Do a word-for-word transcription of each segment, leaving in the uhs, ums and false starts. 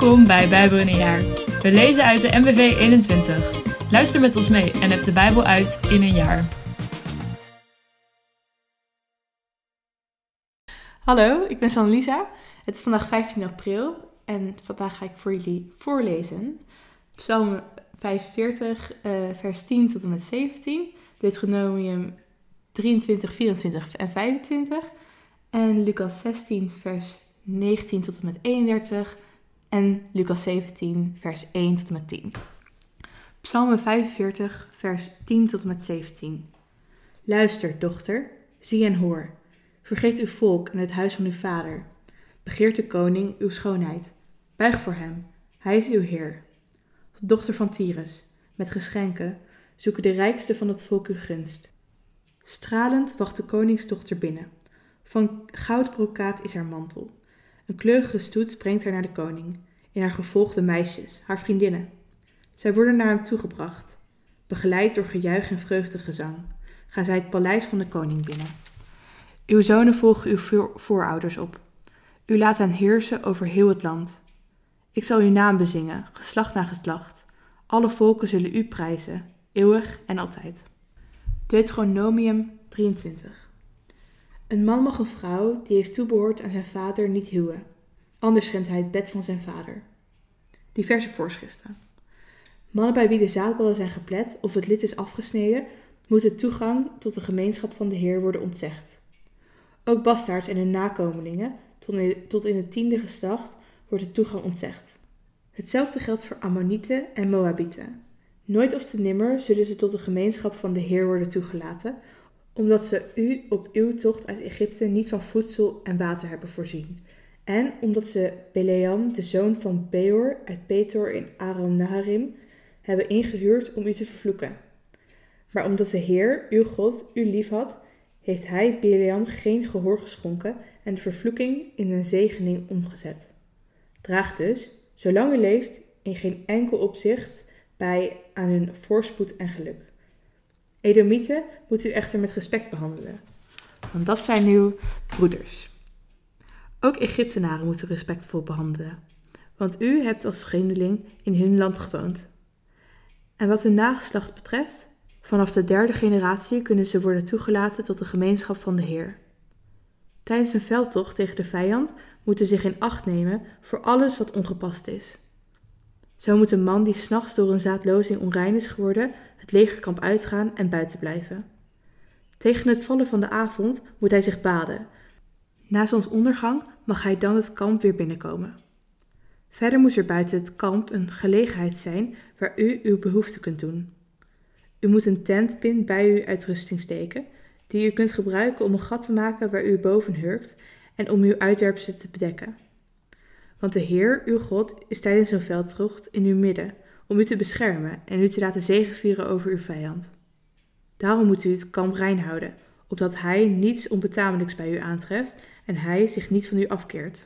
Welkom bij Bijbel in een jaar. We lezen uit de N B V eenentwintig. Luister met ons mee en heb de Bijbel uit in een jaar. Hallo, ik ben Sanne-Lisa. Het is vandaag vijftien april en vandaag ga ik voor jullie voorlezen. Psalm vijfenveertig, uh, vers tien tot en met zeventien. Deuteronomium drieëntwintig, vierentwintig en vijfentwintig. En Lucas zestien, vers negentien tot en met eenendertig. En Lucas zeventien, vers één tot en met tien. Psalm vijfenveertig, vers tien tot en met zeventien. Luister, dochter, zie en hoor. Vergeet uw volk en het huis van uw vader. Begeert de koning uw schoonheid. Buig voor hem, hij is uw Heer. Dochter van Tyrus, met geschenken zoeken de rijkste van het volk uw gunst. Stralend wacht de koningsdochter binnen. Van goudbrokaat is haar mantel. Een kleurige stoet brengt haar naar de koning. In haar gevolg de meisjes, haar vriendinnen. Zij worden naar hem toegebracht. Begeleid door gejuich en vreugdegezang gaan zij het paleis van de koning binnen. Uw zonen volgen uw voor- voorouders op. U laat hen heersen over heel het land. Ik zal uw naam bezingen, geslacht na geslacht. Alle volken zullen u prijzen, eeuwig en altijd. Deuteronomium drieëntwintig. Een man mag een vrouw die heeft toebehoord aan zijn vader niet huwen. Anders schendt hij het bed van zijn vader. Diverse voorschriften. Mannen bij wie de zaadballen zijn geplet of het lid is afgesneden, moeten toegang tot de gemeenschap van de Heer worden ontzegd. Ook bastaards en hun nakomelingen, tot in, tot in het tiende geslacht, wordt de toegang ontzegd. Hetzelfde geldt voor Ammonieten en Moabieten. Nooit of te nimmer zullen ze tot de gemeenschap van de Heer worden toegelaten, omdat ze u op uw tocht uit Egypte niet van voedsel en water hebben voorzien. En omdat ze Bileam, de zoon van Beor uit Petor in Aram-Naharim, hebben ingehuurd om u te vervloeken. Maar omdat de Heer, uw God, u lief had, heeft hij Bileam geen gehoor geschonken en de vervloeking in een zegening omgezet. Draag dus, zolang u leeft, in geen enkel opzicht bij aan hun voorspoed en geluk. Edomieten moet u echter met respect behandelen, want dat zijn uw broeders. Ook Egyptenaren moeten respectvol behandelen, want u hebt als vreemdeling in hun land gewoond. En wat hun nageslacht betreft, vanaf de derde generatie kunnen ze worden toegelaten tot de gemeenschap van de Heer. Tijdens een veldtocht tegen de vijand moeten ze zich in acht nemen voor alles wat ongepast is. Zo moet een man die 's nachts door een zaadlozing onrein is geworden, het legerkamp uitgaan en buiten blijven. Tegen het vallen van de avond moet hij zich baden. Na zonsondergang mag hij dan het kamp weer binnenkomen. Verder moet er buiten het kamp een gelegenheid zijn waar u uw behoefte kunt doen. U moet een tentpin bij uw uitrusting steken, die u kunt gebruiken om een gat te maken waar u boven hurkt en om uw uitwerpselen te bedekken. Want de Heer, uw God, is tijdens een veldtocht in uw midden, om u te beschermen en u te laten zegevieren over uw vijand. Daarom moet u het kamp rein houden, opdat hij niets onbetamelijks bij u aantreft en hij zich niet van u afkeert.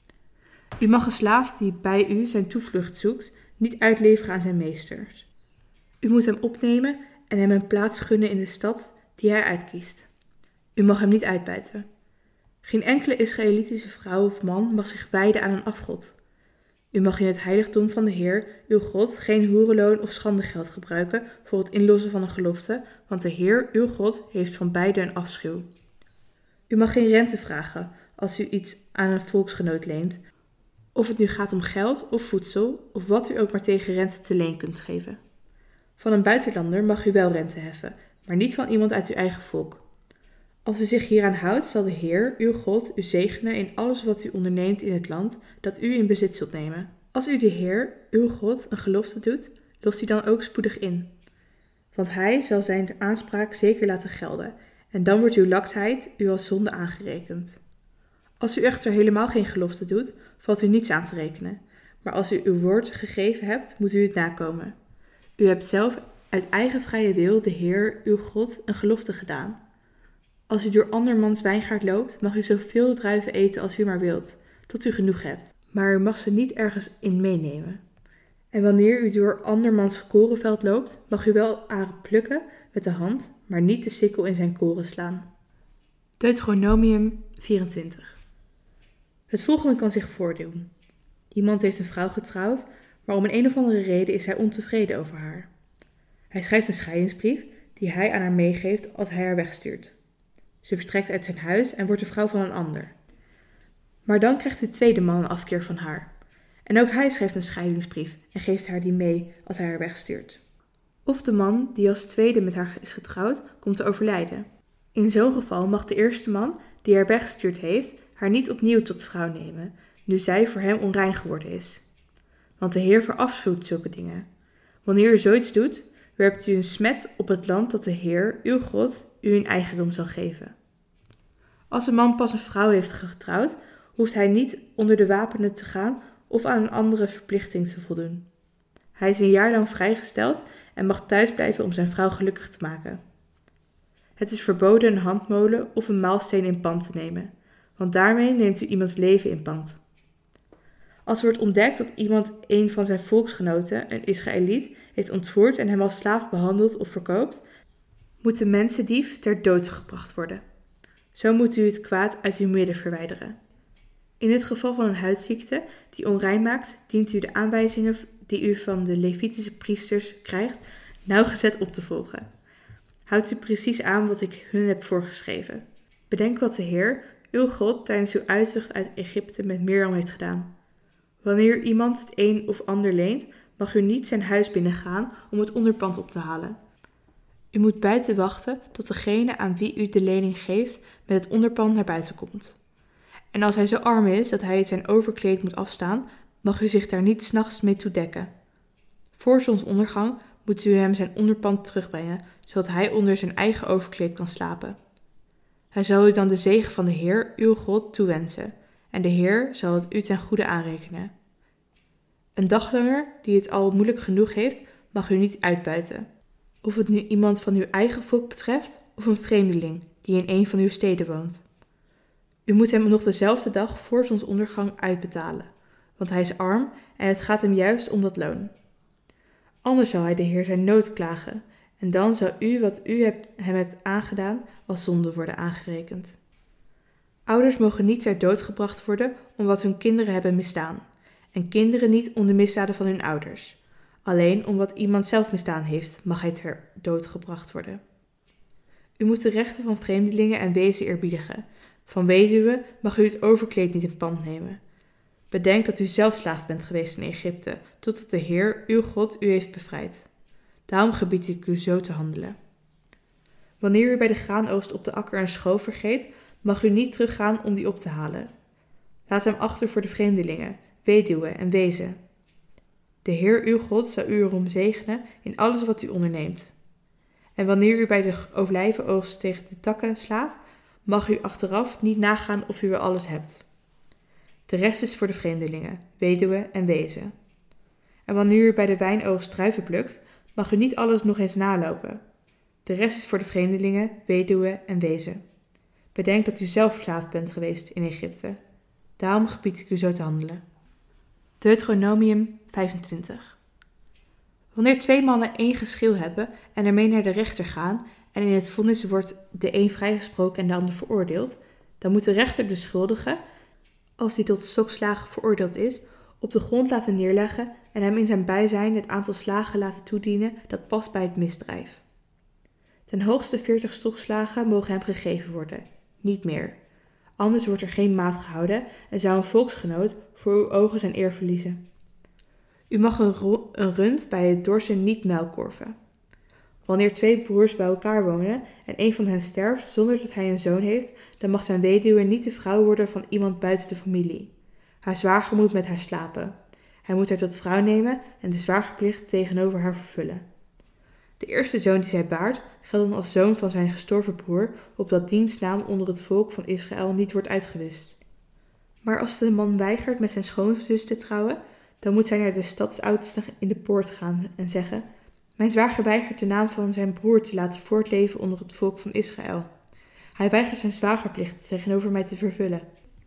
U mag een slaaf die bij u zijn toevlucht zoekt, niet uitleveren aan zijn meesters. U moet hem opnemen en hem een plaats gunnen in de stad die hij uitkiest. U mag hem niet uitbuiten. Geen enkele Israëlitische vrouw of man mag zich wijden aan een afgod. U mag in het heiligdom van de Heer, uw God, geen hoerenloon of schandegeld gebruiken voor het inlossen van een gelofte, want de Heer, uw God, heeft van beide een afschuw. U mag geen rente vragen als u iets aan een volksgenoot leent, of het nu gaat om geld of voedsel, of wat u ook maar tegen rente te leen kunt geven. Van een buitenlander mag u wel rente heffen, maar niet van iemand uit uw eigen volk. Als u zich hieraan houdt, zal de Heer, uw God, u zegenen in alles wat u onderneemt in het land dat u in bezit zult nemen. Als u de Heer, uw God, een gelofte doet, lost die dan ook spoedig in. Want hij zal zijn aanspraak zeker laten gelden, en dan wordt uw laksheid u als zonde aangerekend. Als u echter helemaal geen gelofte doet, valt u niets aan te rekenen. Maar als u uw woord gegeven hebt, moet u het nakomen. U hebt zelf uit eigen vrije wil de Heer, uw God, een gelofte gedaan. Als u door andermans wijngaard loopt, mag u zoveel druiven eten als u maar wilt, tot u genoeg hebt. Maar u mag ze niet ergens in meenemen. En wanneer u door andermans korenveld loopt, mag u wel aren plukken met de hand, maar niet de sikkel in zijn koren slaan. Deuteronomium vierentwintig. Het volgende kan zich voordoen. Iemand heeft een vrouw getrouwd, maar om een, een of andere reden is hij ontevreden over haar. Hij schrijft een scheidingsbrief die hij aan haar meegeeft als hij haar wegstuurt. Ze vertrekt uit zijn huis en wordt de vrouw van een ander. Maar dan krijgt de tweede man een afkeer van haar. En ook hij schrijft een scheidingsbrief en geeft haar die mee als hij haar wegstuurt. Of de man die als tweede met haar is getrouwd, komt te overlijden. In zo'n geval mag de eerste man die haar weggestuurd heeft, haar niet opnieuw tot vrouw nemen, nu zij voor hem onrein geworden is. Want de Heer verafschuwt zulke dingen. Wanneer u zoiets doet, werpt u een smet op het land dat de Heer, uw God, u in eigendom zal geven. Als een man pas een vrouw heeft getrouwd, hoeft hij niet onder de wapenen te gaan of aan een andere verplichting te voldoen. Hij is een jaar lang vrijgesteld en mag thuis blijven om zijn vrouw gelukkig te maken. Het is verboden een handmolen of een maalsteen in pand te nemen, want daarmee neemt u iemands leven in pand. Als er wordt ontdekt dat iemand een van zijn volksgenoten, een Israëliet, heeft ontvoerd en hem als slaaf behandelt of verkoopt, moet de mensendief ter dood gebracht worden. Zo moet u het kwaad uit uw midden verwijderen. In het geval van een huidziekte die onrein maakt, dient u de aanwijzingen die u van de Levitische priesters krijgt nauwgezet op te volgen. Houd u precies aan wat ik hun heb voorgeschreven. Bedenk wat de Heer, uw God, tijdens uw uittocht uit Egypte met Mirjam heeft gedaan. Wanneer iemand het een of ander leent, mag u niet zijn huis binnengaan om het onderpand op te halen. U moet buiten wachten tot degene aan wie u de lening geeft met het onderpand naar buiten komt. En als hij zo arm is dat hij zijn overkleed moet afstaan, mag u zich daar niet 's nachts mee toedekken. Voor zonsondergang moet u hem zijn onderpand terugbrengen, zodat hij onder zijn eigen overkleed kan slapen. Hij zal u dan de zegen van de Heer, uw God, toewensen, en de Heer zal het u ten goede aanrekenen. Een dagloner die het al moeilijk genoeg heeft, mag u niet uitbuiten. Of het nu iemand van uw eigen volk betreft, of een vreemdeling die in een van uw steden woont. U moet hem nog dezelfde dag voor zonsondergang uitbetalen, want hij is arm en het gaat hem juist om dat loon. Anders zal hij de Heer zijn nood klagen, en dan zal u wat u hebt, hem hebt aangedaan als zonde worden aangerekend. Ouders mogen niet ter dood gebracht worden om wat hun kinderen hebben misdaan, en kinderen niet om de misdaden van hun ouders. Alleen om wat iemand zelf misdaan heeft, mag hij ter dood gebracht worden. U moet de rechten van vreemdelingen en wezen eerbiedigen. Van weduwen mag u het overkleed niet in pand nemen. Bedenk dat u zelf slaaf bent geweest in Egypte, totdat de Heer, uw God, u heeft bevrijd. Daarom gebied ik u zo te handelen. Wanneer u bij de graanoogst op de akker een schoof vergeet, mag u niet teruggaan om die op te halen. Laat hem achter voor de vreemdelingen, weduwen en wezen. De Heer, uw God, zal u erom zegenen in alles wat u onderneemt. En wanneer u bij de olijvenoogst tegen de takken slaat, mag u achteraf niet nagaan of u er alles hebt. De rest is voor de vreemdelingen, weduwen en wezen. En wanneer u bij de wijnoogst druiven plukt, mag u niet alles nog eens nalopen. De rest is voor de vreemdelingen, weduwen en wezen. Bedenk dat u zelf slaaf bent geweest in Egypte. Daarom gebied ik u zo te handelen. Deuteronomium vijfentwintig. Wanneer twee mannen één geschil hebben en ermee naar de rechter gaan en in het vonnis wordt de een vrijgesproken en de ander veroordeeld, dan moet de rechter de schuldige, als die tot stokslagen veroordeeld is, op de grond laten neerleggen en hem in zijn bijzijn het aantal slagen laten toedienen dat past bij het misdrijf. Ten hoogste veertig stokslagen mogen hem gegeven worden, niet meer. Anders wordt er geen maat gehouden en zou een volksgenoot voor uw ogen zijn eer verliezen. U mag een, ro- een rund bij het dorsen niet muilkorven. Wanneer twee broers bij elkaar wonen en een van hen sterft zonder dat hij een zoon heeft, dan mag zijn weduwe niet de vrouw worden van iemand buiten de familie. Haar zwager moet met haar slapen. Hij moet haar tot vrouw nemen en de zwagerplicht tegenover haar vervullen. De eerste zoon die zij baart, geldt dan als zoon van zijn gestorven broer, opdat diens naam onder het volk van Israël niet wordt uitgewist. Maar als de man weigert met zijn schoonzus te trouwen, dan moet zij naar de stadsoudste in de poort gaan en zeggen: mijn zwager weigert de naam van zijn broer te laten voortleven onder het volk van Israël. Hij weigert zijn zwagerplicht tegenover mij te vervullen.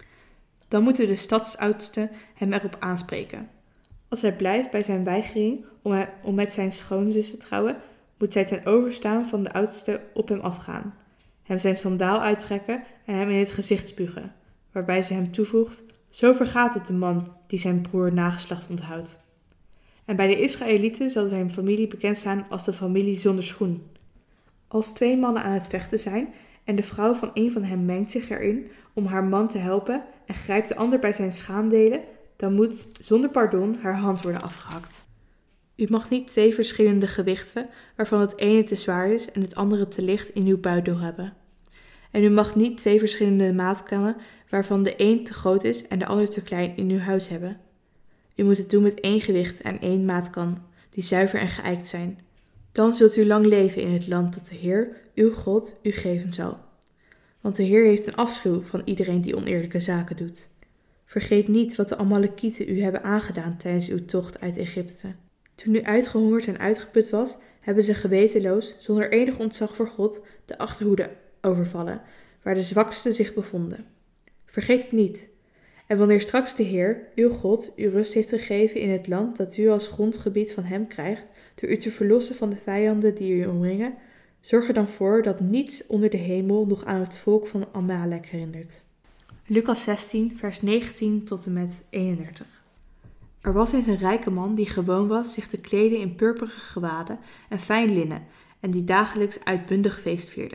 Dan moeten de stadsoudsten hem erop aanspreken. Als hij blijft bij zijn weigering om, om met zijn schoonzus te trouwen, moet zij ten overstaan van de oudste op hem afgaan, hem zijn sandaal uittrekken en hem in het gezicht spugen, waarbij ze hem toevoegt: Zo vergaat het de man die zijn broer nageslacht onthoudt. En bij de Israëlieten zal zijn familie bekend staan als de familie zonder schoen. Als twee mannen aan het vechten zijn en de vrouw van een van hen mengt zich erin om haar man te helpen en grijpt de ander bij zijn schaamdelen, dan moet zonder pardon haar hand worden afgehakt. U mag niet twee verschillende gewichten, waarvan het ene te zwaar is en het andere te licht, in uw buidel hebben. En u mag niet twee verschillende maatkannen, waarvan de een te groot is en de ander te klein, in uw huis hebben. U moet het doen met één gewicht en één maatkan, die zuiver en geëikt zijn. Dan zult u lang leven in het land dat de Heer, uw God, u geven zal. Want de Heer heeft een afschuw van iedereen die oneerlijke zaken doet. Vergeet niet wat de Amalekieten u hebben aangedaan tijdens uw tocht uit Egypte. Toen u uitgehongerd en uitgeput was, hebben ze gewetenloos, zonder enig ontzag voor God, de achterhoede overvallen, waar de zwaksten zich bevonden. Vergeet het niet. En wanneer straks de Heer, uw God, u rust heeft gegeven in het land dat u als grondgebied van hem krijgt, door u te verlossen van de vijanden die u omringen, zorg er dan voor dat niets onder de hemel nog aan het volk van Amalek herinnert. Lucas zestien, vers negentien tot en met eenendertig. Er was eens een rijke man die gewoon was zich te kleden in purperen gewaden en fijn linnen en die dagelijks uitbundig feest vierde.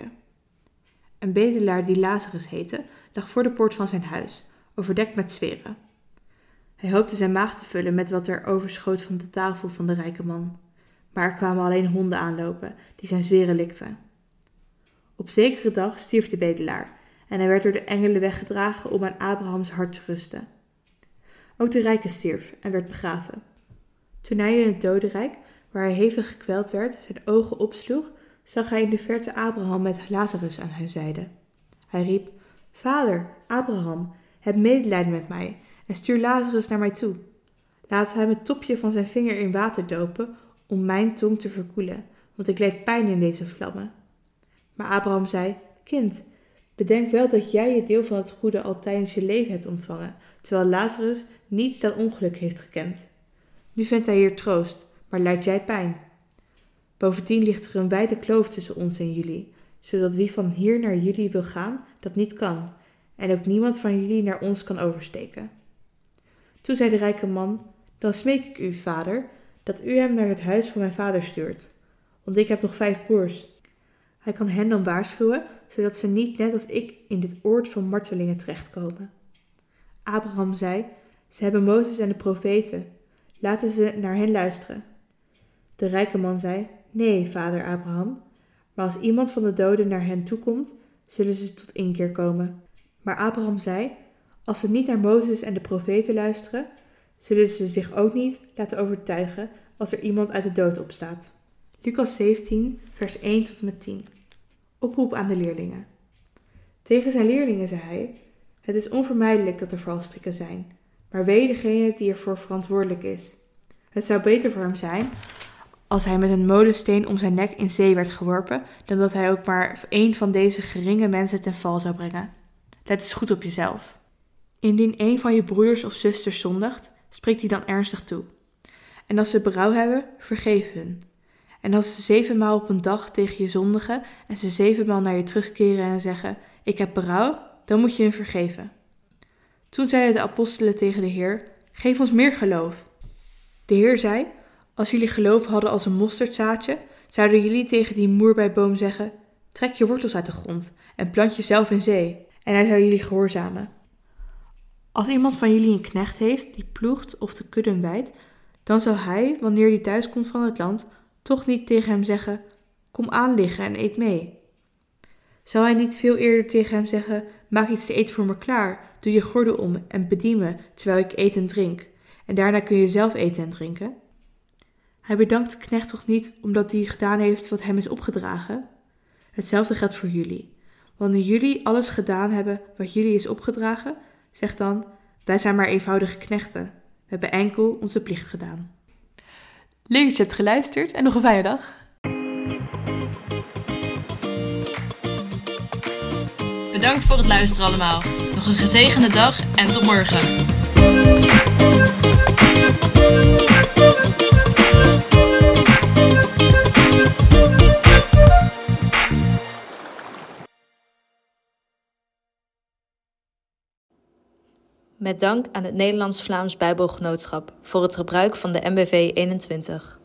Een bedelaar die Lazarus heette, lag voor de poort van zijn huis, overdekt met zweren. Hij hoopte zijn maag te vullen met wat er overschoot van de tafel van de rijke man. Maar er kwamen alleen honden aanlopen, die zijn zweren likten. Op zekere dag stierf de bedelaar, en hij werd door de engelen weggedragen om aan Abrahams hart te rusten. Ook de rijke stierf en werd begraven. Toen hij in het dodenrijk, waar hij hevig gekweld werd, zijn ogen opsloeg, zag hij in de verte Abraham met Lazarus aan zijn zijde. Hij riep: Vader, Abraham, heb medelijden met mij en stuur Lazarus naar mij toe. Laat hem het topje van zijn vinger in water dopen om mijn tong te verkoelen, want ik leed pijn in deze vlammen. Maar Abraham zei: Kind, bedenk wel dat jij je deel van het goede al tijdens je leven hebt ontvangen, terwijl Lazarus niets dan ongeluk heeft gekend. Nu vindt hij hier troost, maar lijdt jij pijn. Bovendien ligt er een wijde kloof tussen ons en jullie, zodat wie van hier naar jullie wil gaan, dat niet kan, en ook niemand van jullie naar ons kan oversteken. Toen zei de rijke man: Dan smeek ik u, vader, dat u hem naar het huis van mijn vader stuurt, want ik heb nog vijf broers. Hij kan hen dan waarschuwen, zodat ze niet net als ik in dit oord van martelingen terechtkomen. Abraham zei: Ze hebben Mozes en de profeten, laten ze naar hen luisteren. De rijke man zei: Nee, vader Abraham, maar als iemand van de doden naar hen toekomt, zullen ze tot inkeer komen. Maar Abraham zei: Als ze niet naar Mozes en de profeten luisteren, zullen ze zich ook niet laten overtuigen als er iemand uit de dood opstaat. Lucas zeventien, vers één tot en met tien. Oproep aan de leerlingen. Tegen zijn leerlingen zei hij: Het is onvermijdelijk dat er valstrikken zijn, maar wee degene die ervoor verantwoordelijk is. Het zou beter voor hem zijn als hij met een molensteen om zijn nek in zee werd geworpen, dan dat hij ook maar één van deze geringe mensen ten val zou brengen. Let eens goed op jezelf. Indien een van je broeders of zusters zondigt, spreek die dan ernstig toe. En als ze berouw hebben, vergeef hun. En als ze zevenmaal op een dag tegen je zondigen en ze zevenmaal naar je terugkeren en zeggen: Ik heb berouw, dan moet je hen vergeven. Toen zeiden de apostelen tegen de Heer: Geef ons meer geloof. De Heer zei: Als jullie geloof hadden als een mosterdzaadje, zouden jullie tegen die moerbeiboom zeggen: Trek je wortels uit de grond en plant jezelf in zee, en hij zou jullie gehoorzamen. Als iemand van jullie een knecht heeft die ploegt of de kudden weidt, dan zal hij, wanneer hij thuiskomt van het land, toch niet tegen hem zeggen: Kom aan liggen en eet mee. Zou hij niet veel eerder tegen hem zeggen: Maak iets te eten voor me klaar, doe je gordel om en bedien me terwijl ik eet en drink, en daarna kun je zelf eten en drinken? Hij bedankt de knecht toch niet omdat hij gedaan heeft wat hem is opgedragen? Hetzelfde geldt voor jullie. Wanneer jullie alles gedaan hebben wat jullie is opgedragen, zeg dan: Wij zijn maar eenvoudige knechten. We hebben enkel onze plicht gedaan. Leuk dat je hebt geluisterd en nog een fijne dag. Bedankt voor het luisteren allemaal. Nog een gezegende dag en tot morgen. Met dank aan het Nederlands-Vlaams Bijbelgenootschap voor het gebruik van de M B V eenentwintig.